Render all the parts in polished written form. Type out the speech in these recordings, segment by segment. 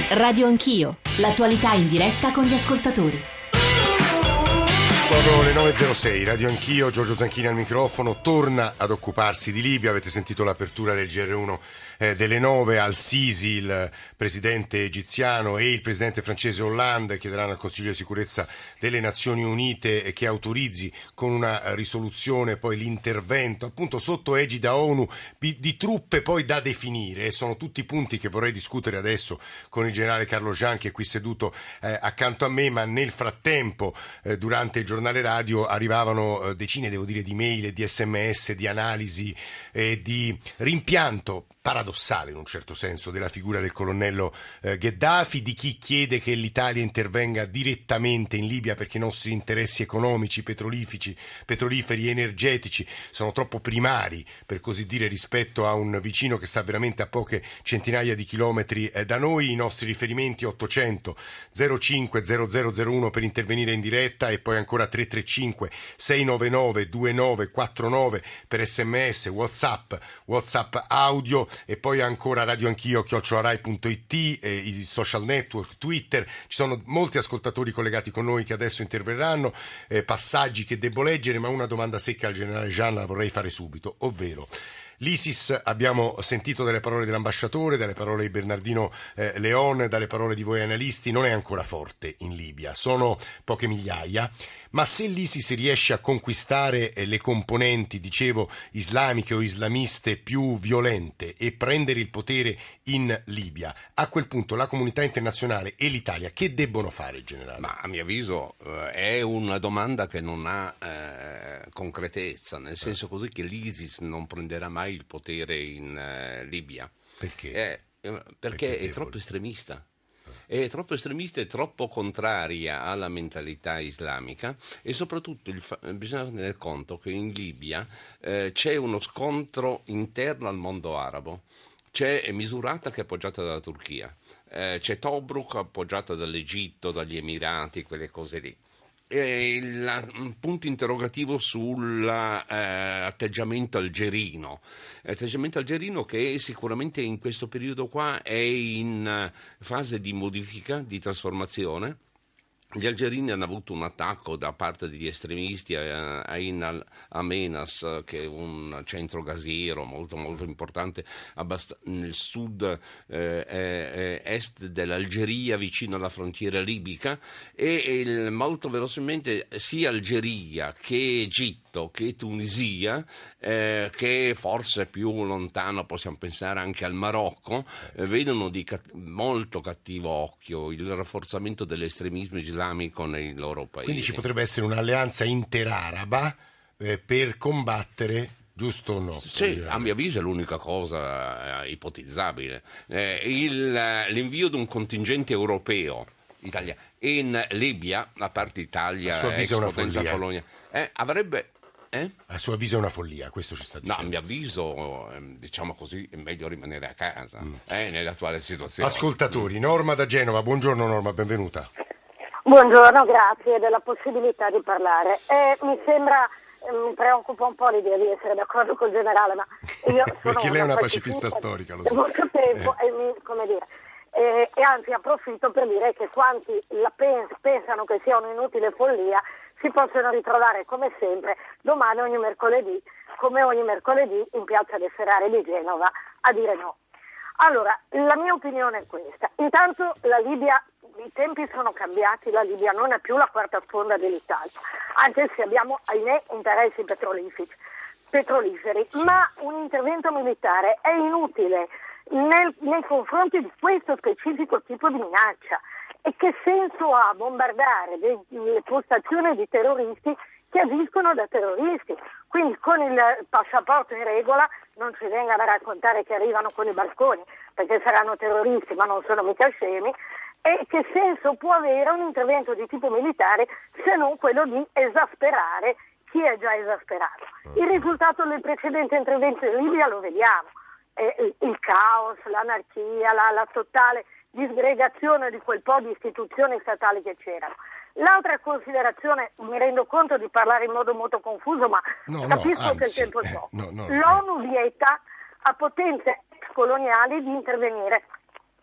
Radio Anch'io, l'attualità in diretta con gli ascoltatori. Sono le 9.06, Radio Anch'io, Giorgio Zanchini al microfono, torna ad occuparsi di Libia. Avete sentito l'apertura del GR1 delle 9, al-Sisi, il presidente egiziano, e il presidente francese Hollande chiederanno al Consiglio di sicurezza delle Nazioni Unite che autorizzi con una risoluzione poi l'intervento appunto sotto egida ONU di truppe poi da definire, e sono tutti punti che vorrei discutere adesso con il generale Carlo Jean, che è qui seduto accanto a me. Ma nel frattempo durante il giornale radio arrivavano decine, devo dire, di mail e di sms, di analisi e di rimpianto paradossale in un certo senso della figura del colonnello Gheddafi, di chi chiede che l'Italia intervenga direttamente in Libia perché i nostri interessi economici, petroliferi, energetici sono troppo primari, per così dire, rispetto a un vicino che sta veramente a poche centinaia di chilometri da noi. I nostri riferimenti 800 05 0001 per intervenire in diretta, e poi ancora 335 699 2949 per sms, WhatsApp audio, e poi ancora Radio Anch'io @rai.it, i social network, Twitter. Ci sono molti ascoltatori collegati con noi che adesso interverranno, passaggi che debbo leggere, ma una domanda secca al generale Jean la vorrei fare subito, ovvero: l'ISIS, abbiamo sentito dalle parole dell'ambasciatore, dalle parole di Bernardino Leon, dalle parole di voi analisti, non è ancora forte in Libia, sono poche migliaia, ma se l'ISIS riesce a conquistare le componenti, dicevo, islamiche o islamiste più violente e prendere il potere in Libia, a quel punto la comunità internazionale e l'Italia che debbono fare, generale? Ma a mio avviso è una domanda che non ha concretezza, nel senso così che l'ISIS non prenderà mai il potere in Libia. Perché? Perché è troppo estremista. È troppo estremista e troppo contraria alla mentalità islamica, e soprattutto bisogna tenere conto che in Libia c'è uno scontro interno al mondo arabo. C'è Misurata che è appoggiata dalla Turchia, c'è Tobruk appoggiata dall'Egitto, dagli Emirati, quelle cose lì. Un punto interrogativo sull'atteggiamento algerino. L'atteggiamento algerino che sicuramente in questo periodo qua è in fase di modifica, di trasformazione. Gli algerini hanno avuto un attacco da parte degli estremisti a Ain al-Amenas, che è un centro gasiero molto molto importante nel sud est dell'Algeria, vicino alla frontiera libica, e molto verosimilmente sia Algeria che Egitto che Tunisia, che forse più lontano possiamo pensare anche al Marocco, vedono di molto cattivo occhio il rafforzamento dell'estremismo islamico nei loro paesi. Quindi ci potrebbe essere un'alleanza interaraba per combattere, giusto o no? Sì, a mio avviso è l'unica cosa ipotizzabile. L'invio di un contingente europeo in Libia, a parte Italia, a suo avviso è una potenza follia. Polonia, avrebbe... A suo avviso è una follia, questo ci sta dicendo. No, a mio avviso, diciamo così, è meglio rimanere a casa nell'attuale situazione. Ascoltatori, Norma da Genova. Buongiorno Norma, benvenuta. Buongiorno, grazie della possibilità di parlare. Mi preoccupa un po' l'idea di essere d'accordo col generale, ma io sono perché lei è una pacifista storica, lo so. Da molto tempo, e anzi approfitto per dire che quanti pensano che sia un'inutile follia si possono ritrovare come sempre domani, ogni mercoledì in piazza dei Ferrari di Genova a dire no. Allora, la mia opinione è questa. Intanto la Libia, i tempi sono cambiati, la Libia non è più la quarta sponda dell'Italia, anche se abbiamo, ahimè, interessi petroliferi, ma un intervento militare è inutile nei confronti di questo specifico tipo di minaccia. E che senso ha bombardare le postazioni di terroristi che agiscono da terroristi? Quindi con il passaporto in regola non ci vengano a raccontare che arrivano con i barconi, perché saranno terroristi ma non sono mica scemi. E che senso può avere un intervento di tipo militare se non quello di esasperare chi è già esasperato? Il risultato del precedente intervento in Libia lo vediamo, il caos, l'anarchia, la totale disgregazione di quel po' di istituzioni statali che c'erano. L'altra considerazione, mi rendo conto di parlare in modo molto confuso, ma capisco che il tempo è poco. L'ONU vieta a potenze coloniali di intervenire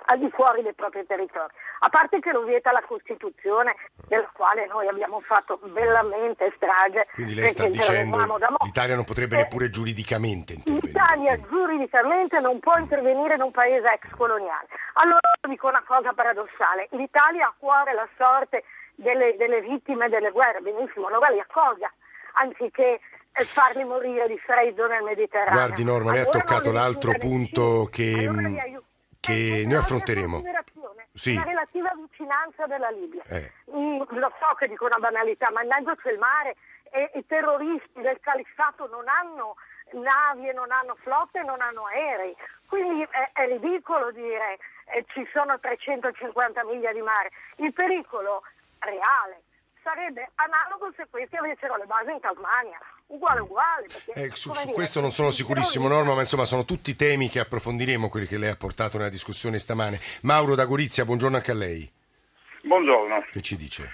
al di fuori dei propri territori. A parte che lo vieta la Costituzione, della quale noi abbiamo fatto bellamente strage. Quindi lei sta dicendo l'Italia non potrebbe neppure giuridicamente intervenire. L'Italia giuridicamente non può intervenire in un paese ex coloniale. Allora dico una cosa paradossale: l'Italia ha a cuore la sorte delle vittime delle guerre, benissimo, allora li accolga, anziché farli morire di freddo nel Mediterraneo. Guardi Norma, lei ha toccato l'altro punto che noi affronteremo. Sì. La relativa vicinanza della Libia. Lo so che dico una banalità, ma in mezzo c'è il mare e i terroristi del califfato non hanno navi e non hanno flotte e non hanno aerei. Quindi è ridicolo dire ci sono 350 miglia di mare. Il pericolo reale sarebbe analogo se questi avessero le basi in Tasmania. Uguale. Perché, su questo non sono sicurissimo, Norma, ma insomma sono tutti temi che approfondiremo, quelli che lei ha portato nella discussione stamane. Mauro da Gorizia, buongiorno anche a lei. Buongiorno. Che ci dice?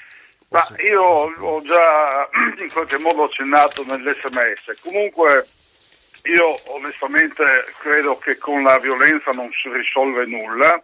Io ho già in qualche modo accennato nell'SMS. Comunque io onestamente credo che con la violenza non si risolve nulla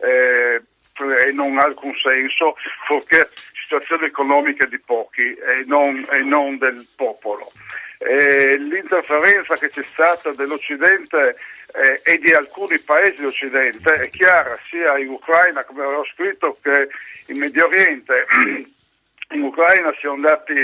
e non ha alcun senso, fuorché situazione economica di pochi e non del popolo. L'interferenza che c'è stata dell'Occidente e di alcuni paesi dell'Occidente è chiara, sia in Ucraina, come avevo scritto, che in Medio Oriente. In Ucraina siamo andati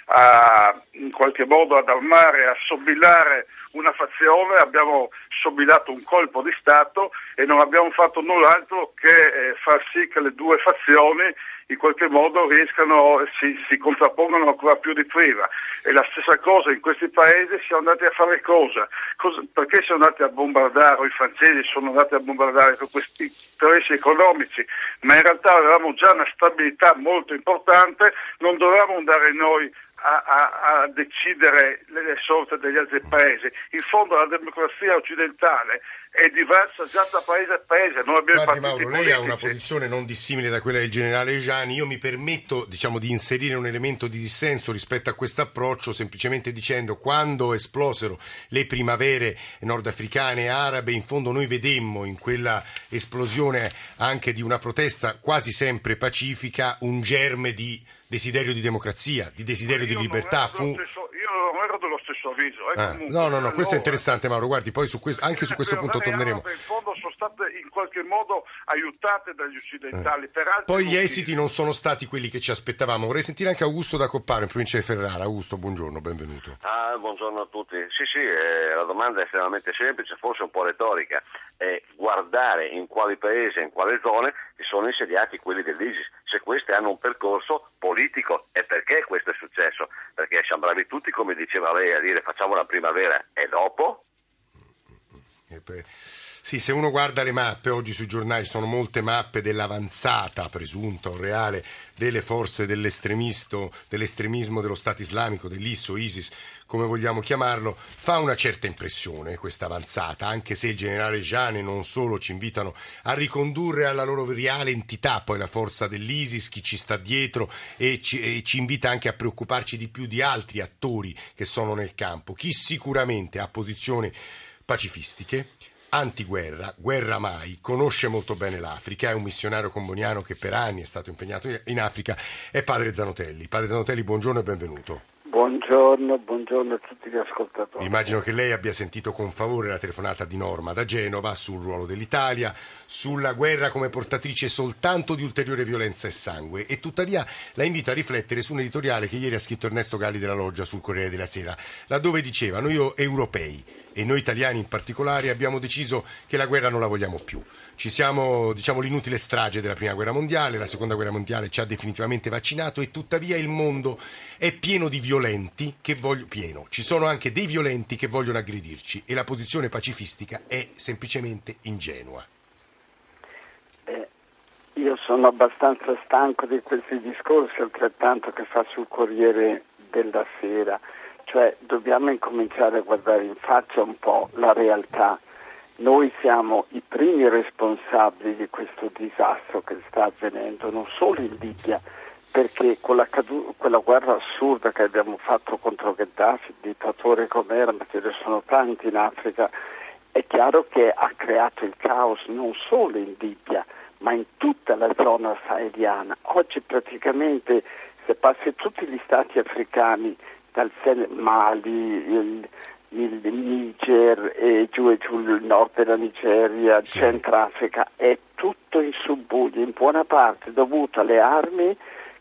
in qualche modo ad armare, a sobillare una fazione, abbiamo sobillato un colpo di Stato e non abbiamo fatto null'altro che far sì che le due fazioni in qualche modo si contrappongano ancora più di prima. E la stessa cosa in questi paesi siamo andati a fare cosa? Perché siamo andati a bombardare, o i francesi sono andati a bombardare per questi interessi economici, ma in realtà avevamo già una stabilità molto importante, non dovevamo andare noi a decidere le sorti degli altri paesi. In fondo la democrazia occidentale è diversa già da paese a paese. Noi abbiamo Guardi Mauro, lei ha una posizione non dissimile da quella del generale Giani. Io mi permetto di inserire un elemento di dissenso rispetto a questo approccio, semplicemente dicendo: quando esplosero le primavere nordafricane e arabe, in fondo noi vedemmo in quella esplosione anche di una protesta quasi sempre pacifica un germe di desiderio di democrazia, di desiderio di libertà. Io non ero dello stesso avviso. No, questo è interessante, Mauro. Guardi, poi anche su questo punto torneremo. In fondo sono state in qualche modo aiutate dagli occidentali. Poi gli esiti non sono stati quelli che ci aspettavamo. Vorrei sentire anche Augusto da Copparo, in provincia di Ferrara. Augusto, buongiorno, benvenuto. Buongiorno a tutti. Sì, la domanda è estremamente semplice, forse un po' retorica. È guardare in quali paesi, in quale zone si sono insediati quelli dell'ISIS. Se questi hanno un percorso politico, e perché questo è successo? Perché siamo bravi tutti, come diceva lei, a dire facciamo la primavera e dopo? Sì, se uno guarda le mappe, oggi sui giornali sono molte mappe dell'avanzata, presunta o reale, delle forze dell'estremismo dello Stato islamico, dell'IS o ISIS, come vogliamo chiamarlo. Fa una certa impressione questa avanzata, anche se il generale Giani non solo ci invitano a ricondurre alla loro reale entità poi la forza dell'ISIS, chi ci sta dietro, e ci invita anche a preoccuparci di più di altri attori che sono nel campo. Chi sicuramente ha posizioni pacifistiche, antiguerra, guerra mai, conosce molto bene l'Africa, è un missionario comboniano che per anni è stato impegnato in Africa, è padre Zanotelli. Padre Zanotelli, buongiorno e benvenuto. Buongiorno a tutti gli ascoltatori. Immagino che lei abbia sentito con favore la telefonata di Norma da Genova sul ruolo dell'Italia, sulla guerra come portatrice soltanto di ulteriore violenza e sangue, e tuttavia la invito a riflettere su un editoriale che ieri ha scritto Ernesto Galli della Loggia sul Corriere della Sera, laddove diceva: noi europei e noi italiani in particolare abbiamo deciso che la guerra non la vogliamo più. Ci siamo, l'inutile strage della prima guerra mondiale, la seconda guerra mondiale ci ha definitivamente vaccinato, e tuttavia il mondo è pieno di violenti ci sono anche dei violenti che vogliono aggredirci, e la posizione pacifistica è semplicemente ingenua. Io sono abbastanza stanco di questi discorsi, altrettanto che fa sul Corriere della Sera. Cioè, dobbiamo incominciare a guardare in faccia un po' la realtà. Noi siamo i primi responsabili di questo disastro che sta avvenendo, non solo in Libia, perché con quella guerra assurda che abbiamo fatto contro Gheddafi, il dittatore com'era, ma ce ne sono tanti in Africa, è chiaro che ha creato il caos non solo in Libia, ma in tutta la zona saheliana. Oggi praticamente, se passi tutti gli stati africani, dal Mali, il Niger e giù il nord della Nigeria, il Centrafrica, è tutto in subbuglio, in buona parte dovuto alle armi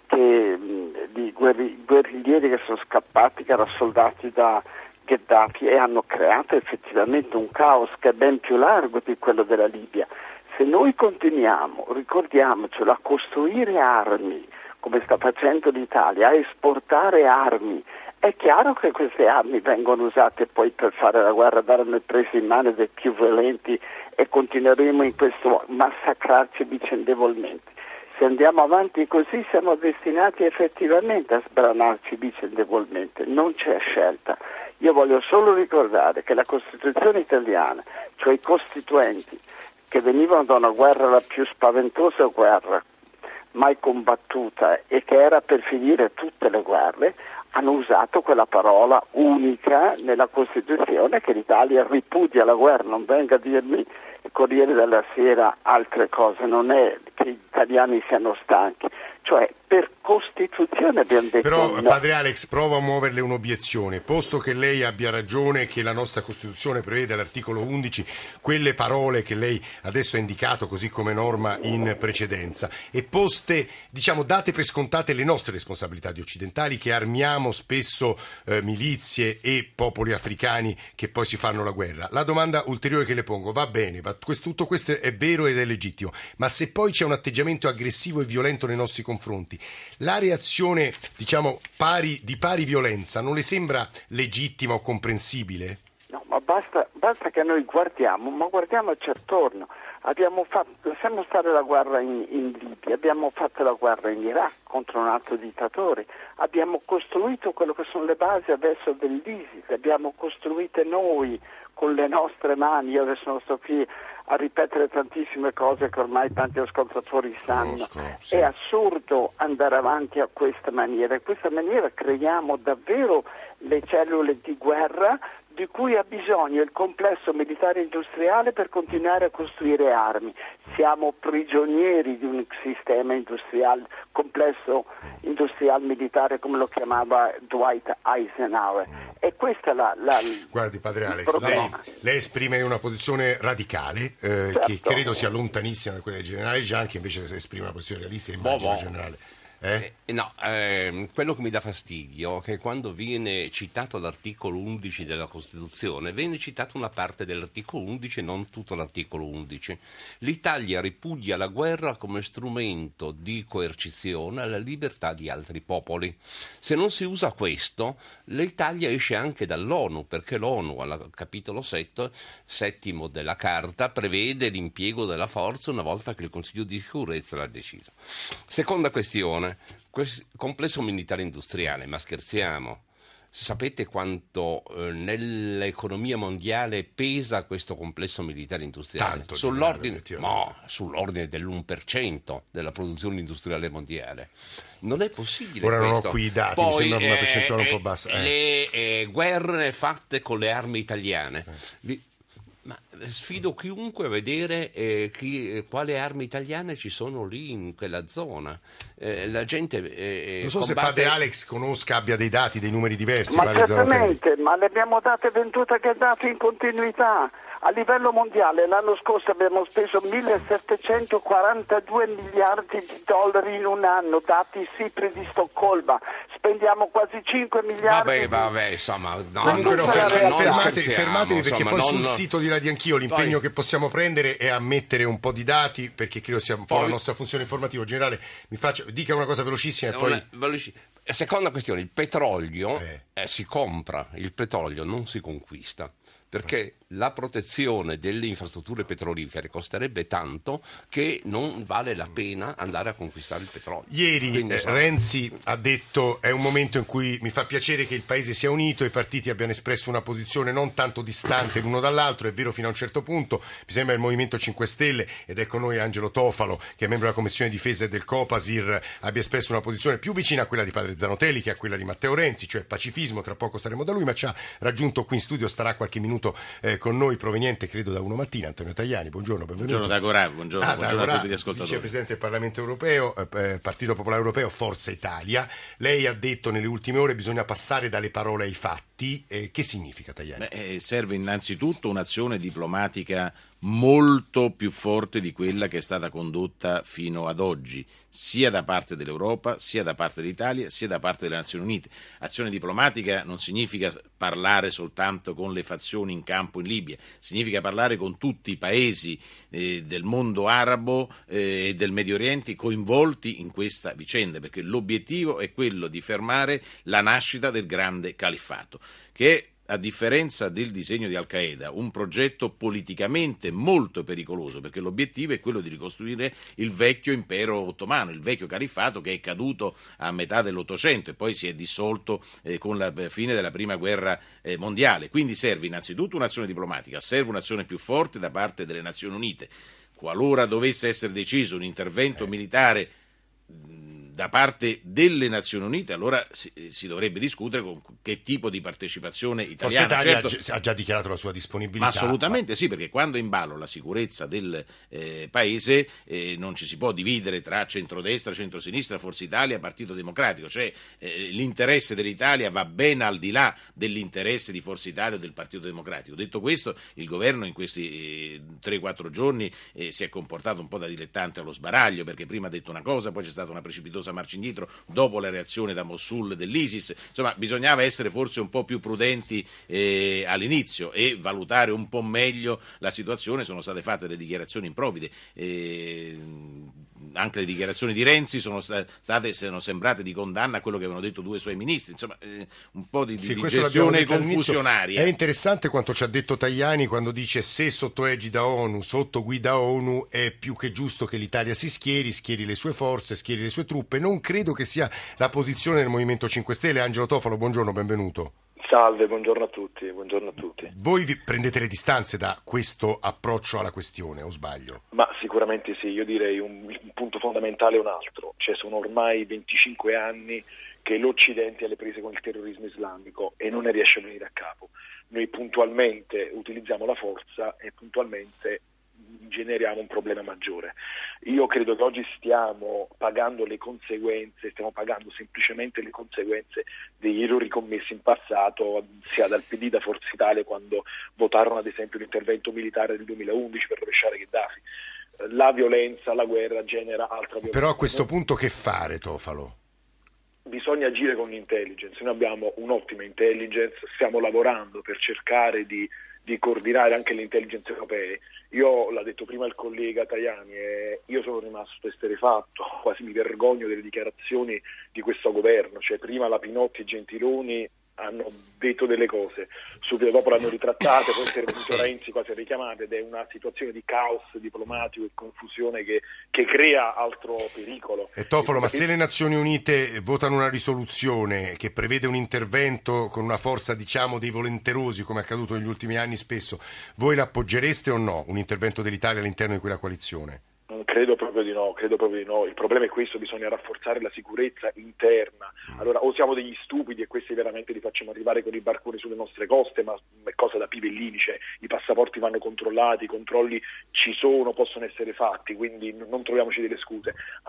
di guerriglieri che sono scappati, che erano soldati da Gheddafi, e hanno creato effettivamente un caos che è ben più largo di quello della Libia. Se noi continuiamo, ricordiamocelo, a costruire armi, come sta facendo l'Italia, a esportare armi, è chiaro che queste armi vengono usate poi per fare la guerra, daranno prese in mano dei più violenti, e continueremo in questo massacrarci vicendevolmente. Se andiamo avanti così siamo destinati effettivamente a sbranarci vicendevolmente, non c'è scelta. Io voglio solo ricordare che la Costituzione italiana, cioè i costituenti che venivano da una guerra, la più spaventosa guerra mai combattuta e che era per finire tutte le guerre, hanno usato quella parola unica nella Costituzione, che l'Italia ripudia la guerra. Non venga a dirmi il Corriere della Sera altre cose, non è che gli italiani siano stanchi, cioè per Costituzione abbiamo detto. Però no. padre Alex, provo a muoverle un'obiezione, posto che lei abbia ragione che la nostra Costituzione prevede all'articolo 11 quelle parole che lei adesso ha indicato così come norma in precedenza, e poste, diciamo, date per scontate le nostre responsabilità di occidentali che armiamo spesso milizie e popoli africani che poi si fanno la guerra. La domanda ulteriore che le pongo: va bene, tutto questo è vero ed è legittimo, ma se poi c'è un atteggiamento aggressivo e violento nei nostri confronti, la reazione, diciamo, di pari violenza non le sembra legittima o comprensibile? No, ma basta che noi guardiamo, ma guardiamoci attorno. Lasciamo stare la guerra in Libia, abbiamo fatto la guerra in Iraq contro un altro dittatore, abbiamo costruito quello che sono le basi adesso dell'ISIS, le abbiamo costruite noi con le nostre mani. Io adesso non sto qui a ripetere tantissime cose che ormai tanti ascoltatori sanno. Sì. È assurdo andare avanti a questa maniera. In questa maniera creiamo davvero le cellule di guerra di cui ha bisogno il complesso militare industriale per continuare a costruire armi. Siamo prigionieri di un sistema industriale, complesso industriale militare, come lo chiamava Dwight Eisenhower. E questa è la Guardi, padre Alex, lei esprime una posizione radicale, certo, che credo sia lontanissima da quella del generale Gian, che invece esprime una posizione realista, immagino, generale. Quello che mi dà fastidio è che quando viene citato l'articolo 11 della Costituzione viene citata una parte dell'articolo 11 e non tutto l'articolo 11. L'Italia ripudia la guerra come strumento di coercizione alla libertà di altri popoli. Se non si usa questo, l'Italia esce anche dall'ONU, perché l'ONU al capitolo 7 della Carta prevede l'impiego della forza una volta che il Consiglio di sicurezza l'ha deciso. Seconda questione, complesso militare industriale, ma scherziamo? Sapete quanto nell'economia mondiale pesa questo complesso militare industriale? Tanto, sull'ordine dell'1% della produzione industriale mondiale. Non è possibile. Ora questo. Non ho qui i dati, poi, mi sembra una percentuale un po' bassa. Le guerre fatte con le armi italiane. Ma sfido chiunque a vedere quali armi italiane ci sono lì in quella zona. La gente non so se padre Alex abbia dei dati, dei numeri diversi. Ma certamente, ma le abbiamo date vendute a Gheddafi in continuità. A livello mondiale l'anno scorso abbiamo speso 1.742 miliardi di dollari in un anno, dati SIPRI di Stoccolma. Spendiamo quasi 5 miliardi. Vabbè, insomma, fermatevi perché poi sul sito di Radio Anch'io l'impegno che possiamo prendere è a mettere un po' di dati, perché credo sia un po' la nostra funzione informativa generale. Dica una cosa velocissima e poi... Seconda questione, il petrolio si compra, il petrolio non si conquista, perché la protezione delle infrastrutture petrolifere costerebbe tanto che non vale la pena andare a conquistare il petrolio. Ieri Renzi ha detto: è un momento in cui mi fa piacere che il Paese sia unito, i partiti abbiano espresso una posizione non tanto distante l'uno dall'altro, è vero fino a un certo punto, mi sembra il Movimento 5 Stelle, ed è con noi Angelo Tofalo, che è membro della Commissione Difesa e del Copasir, abbia espresso una posizione più vicina a quella di padre Zanotelli che a quella di Matteo Renzi, cioè pacifismo, tra poco saremo da lui, ma ci ha raggiunto qui in studio, starà qualche minuto benvenuto con noi, proveniente credo da Uno Mattina, Antonio Tajani. Buongiorno, benvenuto. Buongiorno da Corà, buongiorno a tutti gli ascoltatori. Vicepresidente del Parlamento Europeo, Partito Popolare Europeo, Forza Italia. Lei ha detto nelle ultime ore bisogna passare dalle parole ai fatti. Che significa, Tajani? Serve innanzitutto un'azione diplomatica molto più forte di quella che è stata condotta fino ad oggi, sia da parte dell'Europa, sia da parte dell'Italia, sia da parte delle Nazioni Unite. Azione diplomatica non significa parlare soltanto con le fazioni in campo in Libia, significa parlare con tutti i paesi del mondo arabo e del Medio Oriente coinvolti in questa vicenda, perché l'obiettivo è quello di fermare la nascita del grande califfato, che è, a differenza del disegno di Al-Qaeda, un progetto politicamente molto pericoloso, perché l'obiettivo è quello di ricostruire il vecchio impero ottomano, il vecchio califfato che è caduto a metà dell'Ottocento e poi si è dissolto con la fine della prima guerra mondiale. Quindi serve innanzitutto un'azione diplomatica, serve un'azione più forte da parte delle Nazioni Unite. Qualora dovesse essere deciso un intervento militare da parte delle Nazioni Unite, allora si dovrebbe discutere con che tipo di partecipazione italiana. Forza Italia ha già dichiarato la sua disponibilità. Ma assolutamente sì, perché quando è in ballo la sicurezza del paese non ci si può dividere tra centrodestra, centrosinistra, Forza Italia, Partito Democratico, cioè l'interesse dell'Italia va ben al di là dell'interesse di Forza Italia o del Partito Democratico. Detto questo, il governo in questi 3-4 giorni si è comportato un po' da dilettante allo sbaraglio, perché prima ha detto una cosa, poi c'è stata una precipitosa marcia indietro dopo la reazione da Mosul dell'ISIS. Insomma, bisognava essere forse un po' più prudenti all'inizio e valutare un po' meglio la situazione. Sono state fatte le dichiarazioni improvvide, anche le dichiarazioni di Renzi sono sembrate di condanna a quello che avevano detto due suoi ministri. Insomma, un po' di gestione confusionaria. È interessante quanto ci ha detto Tajani quando dice: se sotto egida ONU, sotto guida ONU, è più che giusto che l'Italia si schieri le sue forze, schieri le sue truppe. Non credo che sia la posizione del Movimento 5 Stelle. Angelo Tofalo, buongiorno, benvenuto. Salve, buongiorno a tutti. Voi vi prendete le distanze da questo approccio alla questione, o sbaglio? Ma sicuramente sì, io direi un punto fondamentale è un altro, cioè sono ormai 25 anni che l'Occidente è alle prese con il terrorismo islamico e non ne riesce a venire a capo. Noi puntualmente utilizziamo la forza e puntualmente generiamo un problema maggiore. Io credo che oggi stiamo pagando semplicemente le conseguenze degli errori commessi in passato, sia dal PD, da Forza Italia, quando votarono ad esempio l'intervento militare del 2011 per rovesciare Gheddafi. La violenza, la guerra genera altra violenza. Però a questo punto che fare, Tofalo? Bisogna agire con l'intelligence. Noi abbiamo un'ottima intelligence, stiamo lavorando per cercare di coordinare anche le intelligence europee. Io, l'ha detto prima il collega Tajani, io sono rimasto esterrefatto, quasi mi vergogno delle dichiarazioni di questo governo, cioè prima la Pinotti e Gentiloni hanno detto delle cose, subito dopo l'hanno ritrattate, poi è intervenuto Renzi quasi a richiamate, ed è una situazione di caos diplomatico e confusione che crea altro pericolo. Tofalo, ma se le Nazioni Unite votano una risoluzione che prevede un intervento con una forza, diciamo, dei volenterosi, come è accaduto negli ultimi anni spesso, voi l'appoggereste o no, un intervento dell'Italia all'interno di quella coalizione? Credo proprio di no. Il problema è questo, bisogna rafforzare la sicurezza interna. Allora, o siamo degli stupidi e questi veramente li facciamo arrivare con i barconi sulle nostre coste, ma è cosa da pivellini, cioè i passaporti vanno controllati, i controlli ci sono, possono essere fatti, quindi non troviamoci delle scuse.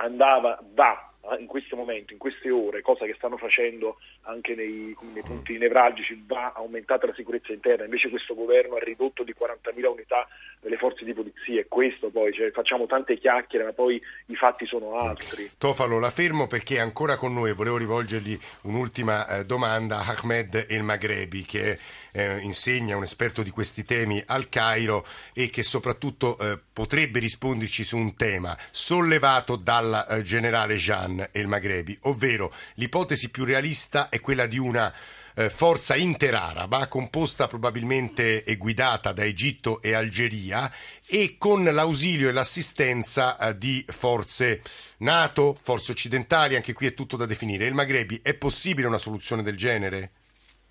Va in questo momento, in queste ore, cosa che stanno facendo anche nei punti nevralgici, va aumentata la sicurezza interna. Invece questo governo ha ridotto di 40.000 unità le forze di polizia, e questo poi, cioè, facciamo tante chiacchiere ma poi i fatti sono altri. Tofalo, la fermo perché è ancora con noi. Volevo rivolgergli un'ultima domanda a Ahmed El Maghrebi, che insegna, un esperto di questi temi al Cairo e che soprattutto potrebbe risponderci su un tema sollevato dal generale Jean El Maghrebi, ovvero l'ipotesi più realista è quella di una forza interaraba composta probabilmente e guidata da Egitto e Algeria e con l'ausilio e l'assistenza di forze NATO, forze occidentali. Anche qui è tutto da definire. El Maghrebi, è possibile una soluzione del genere?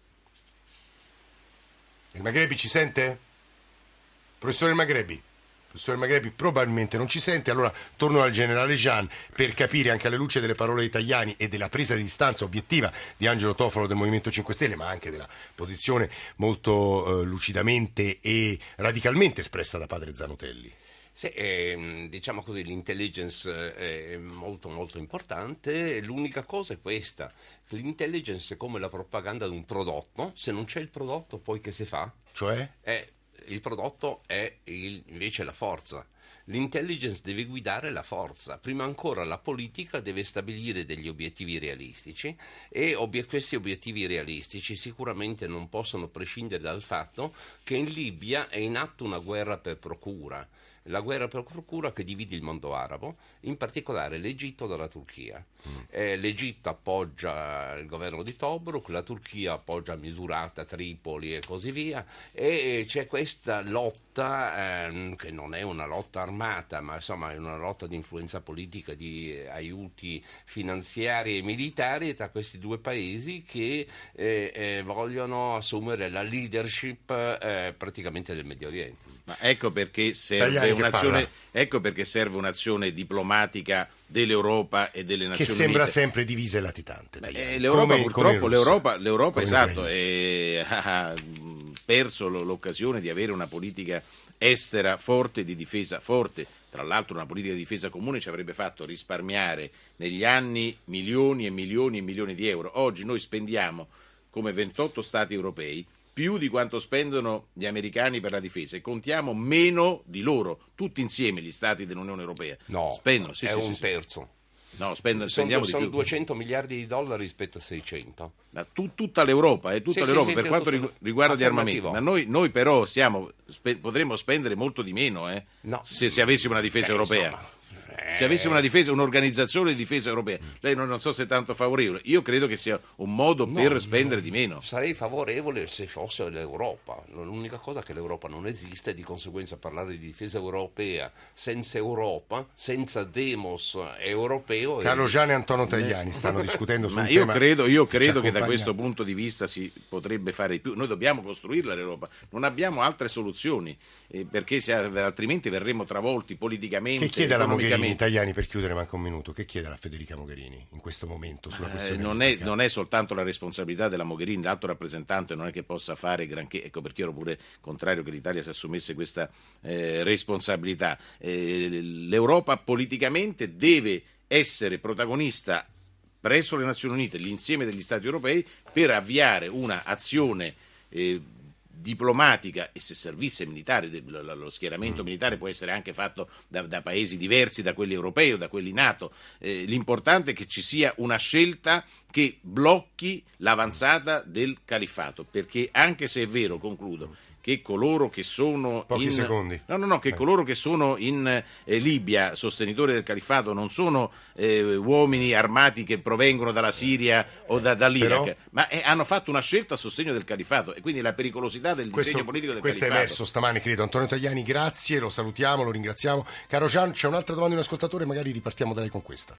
El Maghrebi ci sente? Professore El Maghrebi? professor Magrebi probabilmente non ci sente, allora torno al generale Jean per capire, anche alla luce delle parole di Tajani e della presa di distanza obiettiva di Angelo Tofolo del Movimento 5 Stelle, ma anche della posizione molto lucidamente e radicalmente espressa da padre Zanotelli. Sì, diciamo così, l'intelligence è molto molto importante. L'unica cosa è questa: l'intelligence è come la propaganda di un prodotto. Se non c'è il prodotto, poi che si fa? Cioè? Il prodotto è invece la forza. L'intelligence deve guidare la forza. Prima ancora la politica deve stabilire degli obiettivi realistici e questi obiettivi realistici sicuramente non possono prescindere dal fatto che in Libia è in atto una guerra per procura. La guerra per procura che divide il mondo arabo, in particolare l'Egitto dalla Turchia. L'Egitto appoggia il governo di Tobruk, la Turchia appoggia Misurata, Tripoli e così via, e c'è questa lotta che non è una lotta armata, ma insomma è una lotta di influenza politica, di aiuti finanziari e militari tra questi due paesi che vogliono assumere la leadership praticamente del Medio Oriente. Ma ecco perché serve un'azione diplomatica dell'Europa e delle Nazioni Unite. Che sembra sempre divisa e latitante. L'Europa purtroppo, l'Europa esatto, ha perso l'occasione di avere una politica estera forte, di difesa forte. Tra l'altro una politica di difesa comune ci avrebbe fatto risparmiare negli anni milioni e milioni e milioni di euro. Oggi noi spendiamo come 28 Stati europei più di quanto spendono gli americani per la difesa e contiamo meno di loro, tutti insieme gli Stati dell'Unione Europea. No, spendono, è un terzo. No, spendiamo sono di più. 200 miliardi di dollari rispetto a 600. Ma tutta l'Europa, l'Europa per quanto riguarda gli armamenti. Ma noi però potremmo spendere molto di meno no. se avessimo una difesa europea. Insomma, se avessimo un'organizzazione di difesa europea, lei non so se è tanto favorevole, io credo che sia un modo per spendere di meno. Sarei favorevole se fosse l'Europa, l'unica cosa è che l'Europa non esiste e di conseguenza parlare di difesa europea senza Europa, senza demos europeo. Carlo Gianni e Antonio Tajani stanno discutendo su un io tema credo che da questo punto di vista si potrebbe fare di più. Noi dobbiamo costruirla l'Europa, non abbiamo altre soluzioni perché altrimenti verremo travolti politicamente. Che chiede alla Mogherini, Tajani, per chiudere, manca un minuto, che chiede la Federica Mogherini in questo momento sulla questione? Non è soltanto la responsabilità della Mogherini, l'alto rappresentante non è che possa fare granché, ecco perché io ero pure contrario che l'Italia si assumesse questa responsabilità. L'Europa politicamente deve essere protagonista presso le Nazioni Unite, l'insieme degli Stati europei, per avviare una azione diplomatica, e se servisse militare, lo schieramento militare può essere anche fatto da paesi diversi da quelli europei o da quelli NATO. L'importante è che ci sia una scelta che blocchi l'avanzata del califfato, perché anche se è vero, concludo, che coloro che sono coloro che sono in Libia, sostenitori del califfato, non sono uomini armati che provengono dalla Siria o dall'Iraq, ma hanno fatto una scelta a sostegno del califfato, e quindi la pericolosità del disegno politico del questo califfato. È emerso stamani, credo. Antonio Tajani, grazie, lo salutiamo, lo ringraziamo. Caro Gian, c'è un'altra domanda di un ascoltatore, magari ripartiamo da lei con questa.